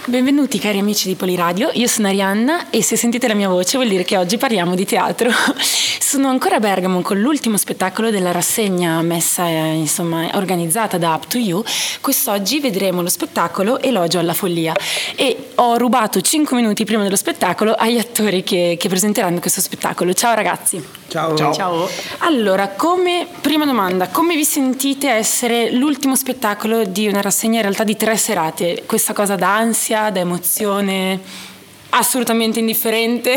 Benvenuti cari amici di Poliradio, io sono Arianna e se sentite la mia voce vuol dire che oggi parliamo di teatro. Sono ancora a Bergamo con l'ultimo spettacolo della rassegna organizzata da Up to You. Quest'oggi vedremo lo spettacolo Elogio alla follia e ho rubato 5 minuti prima dello spettacolo agli attori che presenteranno questo spettacolo. Ciao ragazzi. Ciao. Allora, prima domanda, come vi sentite a essere l'ultimo spettacolo di una rassegna in realtà di 3 serate? Questa cosa d'ansia, da emozione, assolutamente indifferente?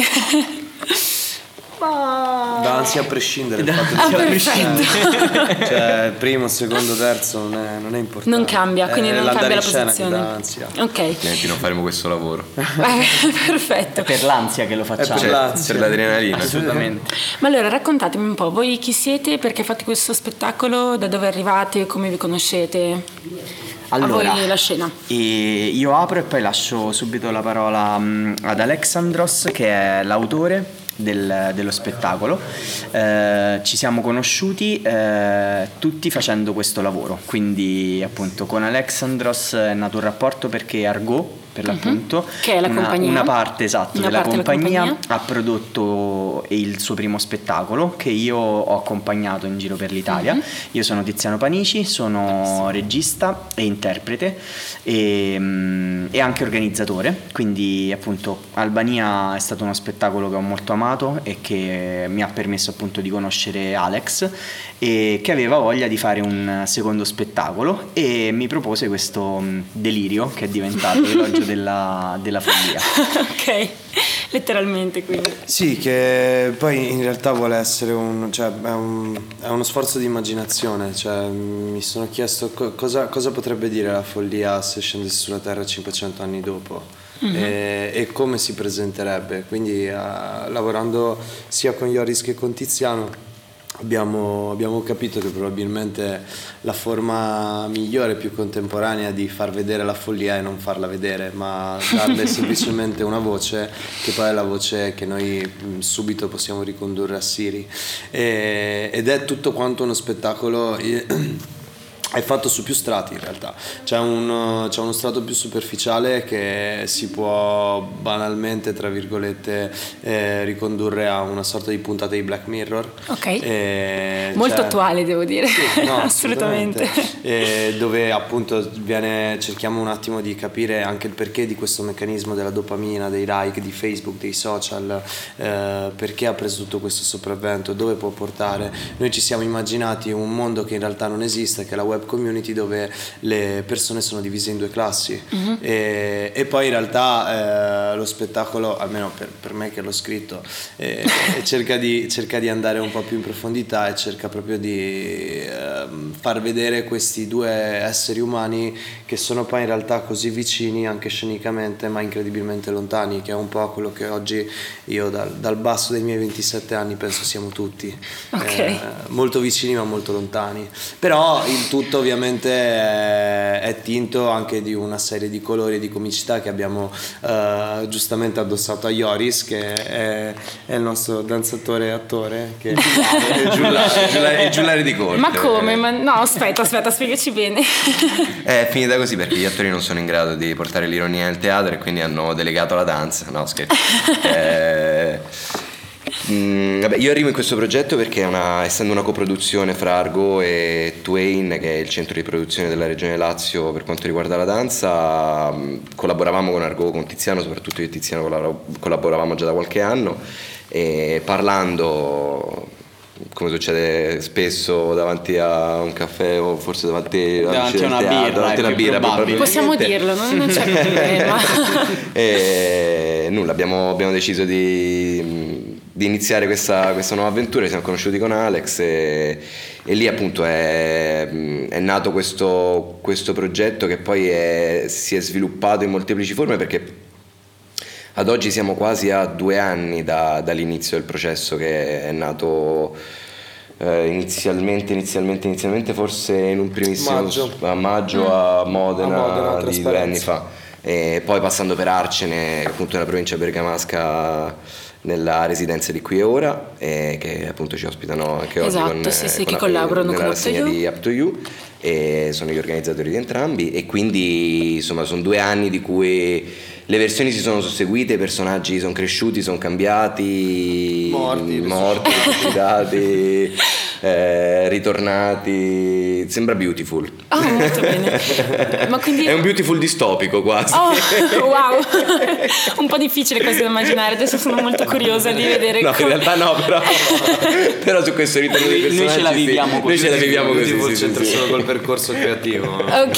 D'ansia a prescindere. Perfetto. Cioè, primo, secondo, terzo non è importante. Non cambia, quindi non cambia la scena posizione. Che dà ansia. Ok. Altrimenti non faremo questo lavoro. Perfetto. È per l'ansia che lo facciamo. Per l'adrenalina. Assolutamente. Ma allora raccontatemi un po', voi chi siete, perché fate questo spettacolo, da dove arrivate, come vi conoscete? Allora, a voi la scena. Io apro e poi lascio subito la parola ad Alexandros, che è l'autore dello spettacolo. Ci siamo conosciuti tutti facendo questo lavoro, quindi appunto con Alexandros è nato un rapporto perché Argo, per l'appunto, che è la compagnia, una parte della parte compagnia ha prodotto il suo primo spettacolo che io ho accompagnato in giro per l'Italia. Io sono Tiziano Panici, sono regista e interprete e anche organizzatore, quindi appunto Albania è stato uno spettacolo che ho molto amato e che mi ha permesso appunto di conoscere Alex e che aveva voglia di fare un secondo spettacolo e mi propose questo delirio che è diventato Elogio della follia. Ok, letteralmente quindi. Sì, che poi in realtà vuole essere è uno sforzo di immaginazione, cioè mi sono chiesto cosa potrebbe dire la follia se scendesse sulla Terra 500 anni dopo. E come si presenterebbe, quindi lavorando sia con Ioris che con Tiziano abbiamo capito che probabilmente la forma migliore, più contemporanea di far vedere la follia è non farla vedere, ma darle semplicemente una voce, che poi è la voce che noi subito possiamo ricondurre a Siri, ed è tutto quanto uno spettacolo. È fatto su più strati in realtà, c'è uno strato più superficiale che si può banalmente, tra virgolette, ricondurre a una sorta di puntata di Black Mirror. Ok, molto attuale devo dire. Sì, no, assolutamente. Dove appunto cerchiamo un attimo di capire anche il perché di questo meccanismo della dopamina, dei like, di Facebook, dei social, perché ha preso tutto questo sopravvento, dove può portare. Noi ci siamo immaginati un mondo che in realtà non esiste, che è la web community, dove le persone sono divise in 2 classi, e poi in realtà lo spettacolo, almeno per me che l'ho scritto, cerca di andare un po' più in profondità e cerca proprio di far vedere questi 2 esseri umani che sono poi in realtà così vicini anche scenicamente ma incredibilmente lontani, che è un po' quello che oggi io dal basso dei miei 27 anni penso siamo tutti. Molto vicini ma molto lontani, però il tutto ovviamente è tinto anche di una serie di colori e di comicità che abbiamo giustamente addossato a Ioris, che è il nostro danzatore e attore, che è giullare di corte. Ma come? No, aspetta, spiegaci bene. È finita così perché gli attori non sono in grado di portare l'ironia nel teatro e quindi hanno delegato la danza. No, scherzo. Io arrivo in questo progetto perché essendo una coproduzione fra Argo e Twain, che è il centro di produzione della regione Lazio per quanto riguarda la danza, collaboravamo con Argo, con Tiziano, soprattutto io e Tiziano collaboravamo già da qualche anno, e parlando, come succede spesso, davanti a un caffè o forse davanti a una birra possiamo dirlo, non c'è problema. E nulla, abbiamo deciso di iniziare questa nuova avventura. Ci siamo conosciuti con Alex e lì appunto è nato questo progetto che poi si è sviluppato in molteplici forme, perché ad oggi siamo quasi a 2 anni dall'inizio del processo, che è nato inizialmente forse in un primissimo maggio a Modena di 2 anni fa. e poi passando per Arcene, appunto nella provincia bergamasca, nella residenza di Qui e Ora, che appunto ci ospitano anche oggi che collaborano nella con rassegna di Up to You, e sono gli organizzatori di entrambi, e quindi insomma sono 2 anni di cui le versioni si sono susseguite, i personaggi sono cresciuti, sono cambiati, morti risuscitati, ritornati, sembra beautiful. Molto bene. Ma quindi... È un beautiful distopico quasi. Wow, un po' difficile questo da immaginare, adesso sono molto curiosa di vedere. No, in realtà no, però su questo ritorno dei personaggi noi ce la viviamo noi ce la viviamo così. Beautiful c'entra solo col percorso creativo. Ok.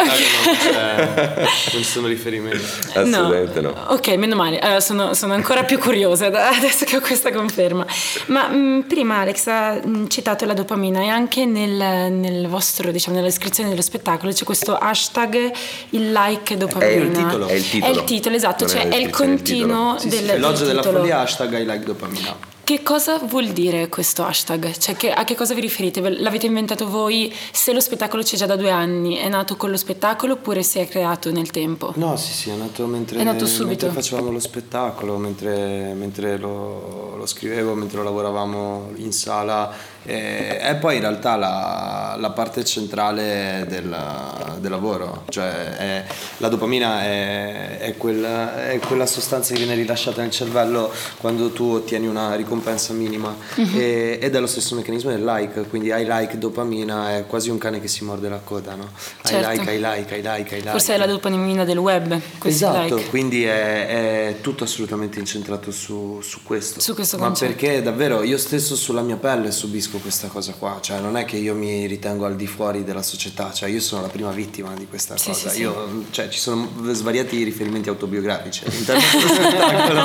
Non sono riferimenti. Assolutamente no. Ok, meno male, allora sono ancora più curiosa adesso che ho questa conferma. Ma prima Alex ha citato la dopamina, e anche nel vostro, diciamo, nella descrizione dello spettacolo c'è questo hashtag, il like dopamina. È il titolo. È il titolo, esatto, cioè è il continuo del l'elogio della titolo. follia, hashtag I like dopamina. Che cosa vuol dire questo hashtag? Cioè, a che cosa vi riferite? L'avete inventato voi? Se lo spettacolo c'è già da 2 anni, è nato con lo spettacolo oppure si è creato nel tempo? No, sì, è nato mentre facevamo lo spettacolo, mentre lo scrivevo, mentre lo lavoravamo in sala, e poi in realtà la parte centrale del lavoro, cioè la dopamina è quella sostanza che viene rilasciata nel cervello quando tu ottieni una ricompensa minima, ed è lo stesso meccanismo del like, quindi I like dopamina è quasi un cane che si morde la coda, no? Certo. I like. Forse è la dopamina del web, Esatto, like. quindi è tutto assolutamente incentrato su questo. Su questo ma concetto. perché davvero io stesso sulla mia pelle subisco questa cosa qua, cioè non è che io mi ritengo al di fuori della società, cioè io sono la prima vittima di questa cosa. Sì. Io, cioè, ci sono svariati riferimenti autobiografici all'interno dello spettacolo.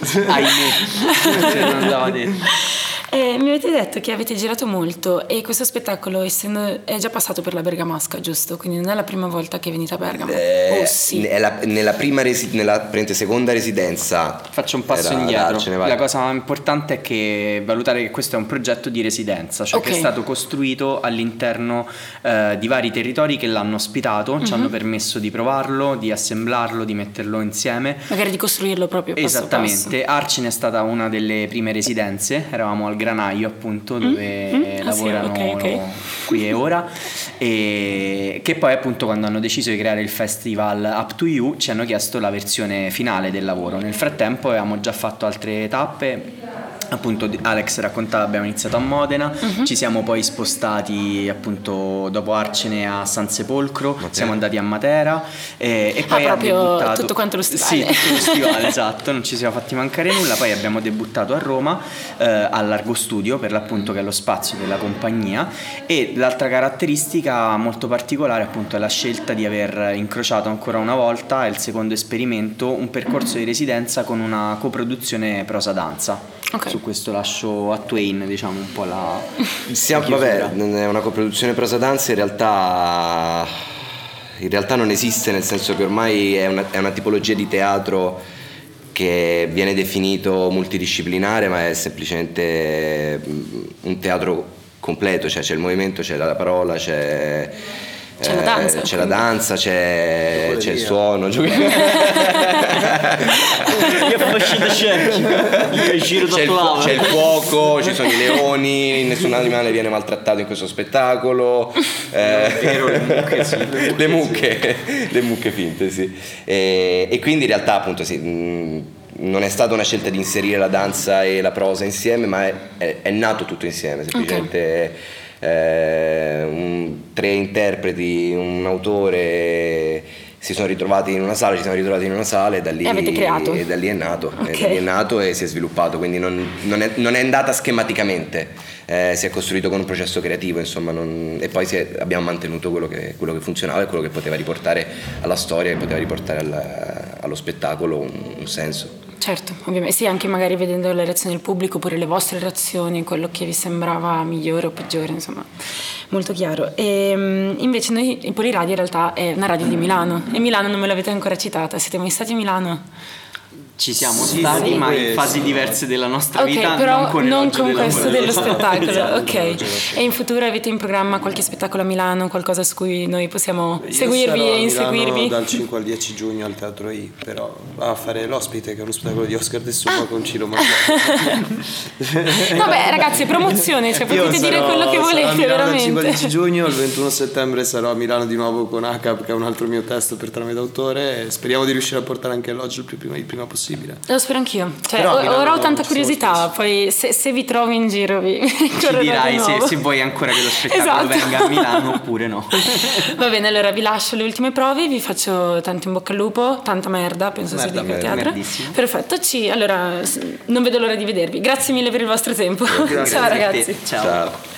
Ahimè, non andava detto. Mi avete detto che avete girato molto, e questo spettacolo è già passato per la Bergamasca, giusto? Quindi non è la prima volta che venite a Bergamo? Sì. Nella seconda residenza. Faccio un passo indietro. La cosa importante è che valutare che questo è un progetto di residenza, cioè che è stato costruito all'interno di vari territori che l'hanno ospitato, ci hanno permesso di provarlo, di assemblarlo, di metterlo insieme, magari di costruirlo proprio passo esattamente passo. Arcine è stata una delle prime residenze, eravamo al Granaio appunto, dove lavorano Qui e Ora, e che poi appunto quando hanno deciso di creare il festival Up to You ci hanno chiesto la versione finale del lavoro. Nel frattempo avevamo già fatto altre tappe, appunto Alex raccontava, abbiamo iniziato a Modena, ci siamo poi spostati appunto dopo Arcene a San Sepolcro, siamo andati a Matera, e poi proprio tutto quanto lo stivale. Sì, tutto lo stivale, esatto, non ci siamo fatti mancare nulla. Poi abbiamo debuttato a Roma al Largo Studio, per l'appunto, che è lo spazio della compagnia, e l'altra caratteristica molto particolare appunto è la scelta di aver incrociato ancora una volta, è il secondo esperimento, un percorso di residenza con una coproduzione prosa-danza. Su questo lascio a Twain, diciamo, un po' la vabbè, è una coproduzione prosa-danza, in realtà non esiste, nel senso che ormai è una tipologia di teatro che viene definito multidisciplinare, ma è semplicemente un teatro completo, cioè c'è il movimento, c'è la parola, c'è la danza, c'è il suono. Io faccio da c'è il fuoco, ci sono i leoni, nessun animale viene maltrattato in questo spettacolo. Le mucche finte, sì. E quindi in realtà appunto sì, non è stata una scelta di inserire la danza e la prosa insieme, ma è nato tutto insieme, semplicemente. 3 interpreti, un autore si sono ritrovati in una sala, ci siamo ritrovati in una sala, e da lì avete creato. E da lì è nato, e si è sviluppato, quindi non è andata schematicamente, si è costruito con un processo creativo, insomma, e poi abbiamo mantenuto quello che funzionava e quello che poteva riportare alla storia, che poteva riportare allo spettacolo un senso. Certo, ovviamente sì, anche magari vedendo le reazioni del pubblico, oppure le vostre reazioni, quello che vi sembrava migliore o peggiore, insomma, molto chiaro. E invece noi, il Poliradio in realtà è una radio di Milano, e Milano non me l'avete ancora citata. Siete mai stati a Milano? Ci siamo stati, ma in fasi diverse della nostra vita, però non con questo dello esatto. spettacolo. Ok. E in futuro avete in programma qualche spettacolo a Milano, qualcosa su cui noi possiamo seguirvi e inseguirvi? Dal 5 al 10 giugno al Teatro I, però a fare l'ospite, che è uno spettacolo di Oscar De Suma con Ciro Martello. Vabbè ragazzi, promozione, cioè potete dire quello che volete, Dal 5 al 10 veramente. giugno, il 21 settembre sarò a Milano di nuovo con ACAP, che è un altro mio testo per trame d'autore, e speriamo di riuscire a portare anche Lodge il prima possibile. Lo spero anch'io, cioè, Però a Milano ora ho no, tanta ci siamo curiosità, poi se vi trovo in giro vi Ci correrò di dirai nuovo. se vuoi ancora che lo spettacolo Esatto. venga a Milano oppure no. Va bene, allora vi lascio le ultime prove, vi faccio tanto in bocca al lupo, tanta merda, penso si dica a teatro. merdissimo. Perfetto, allora non vedo l'ora di vedervi. Grazie mille per il vostro tempo. Grazie Ciao a te. ragazzi. Ciao. Ciao.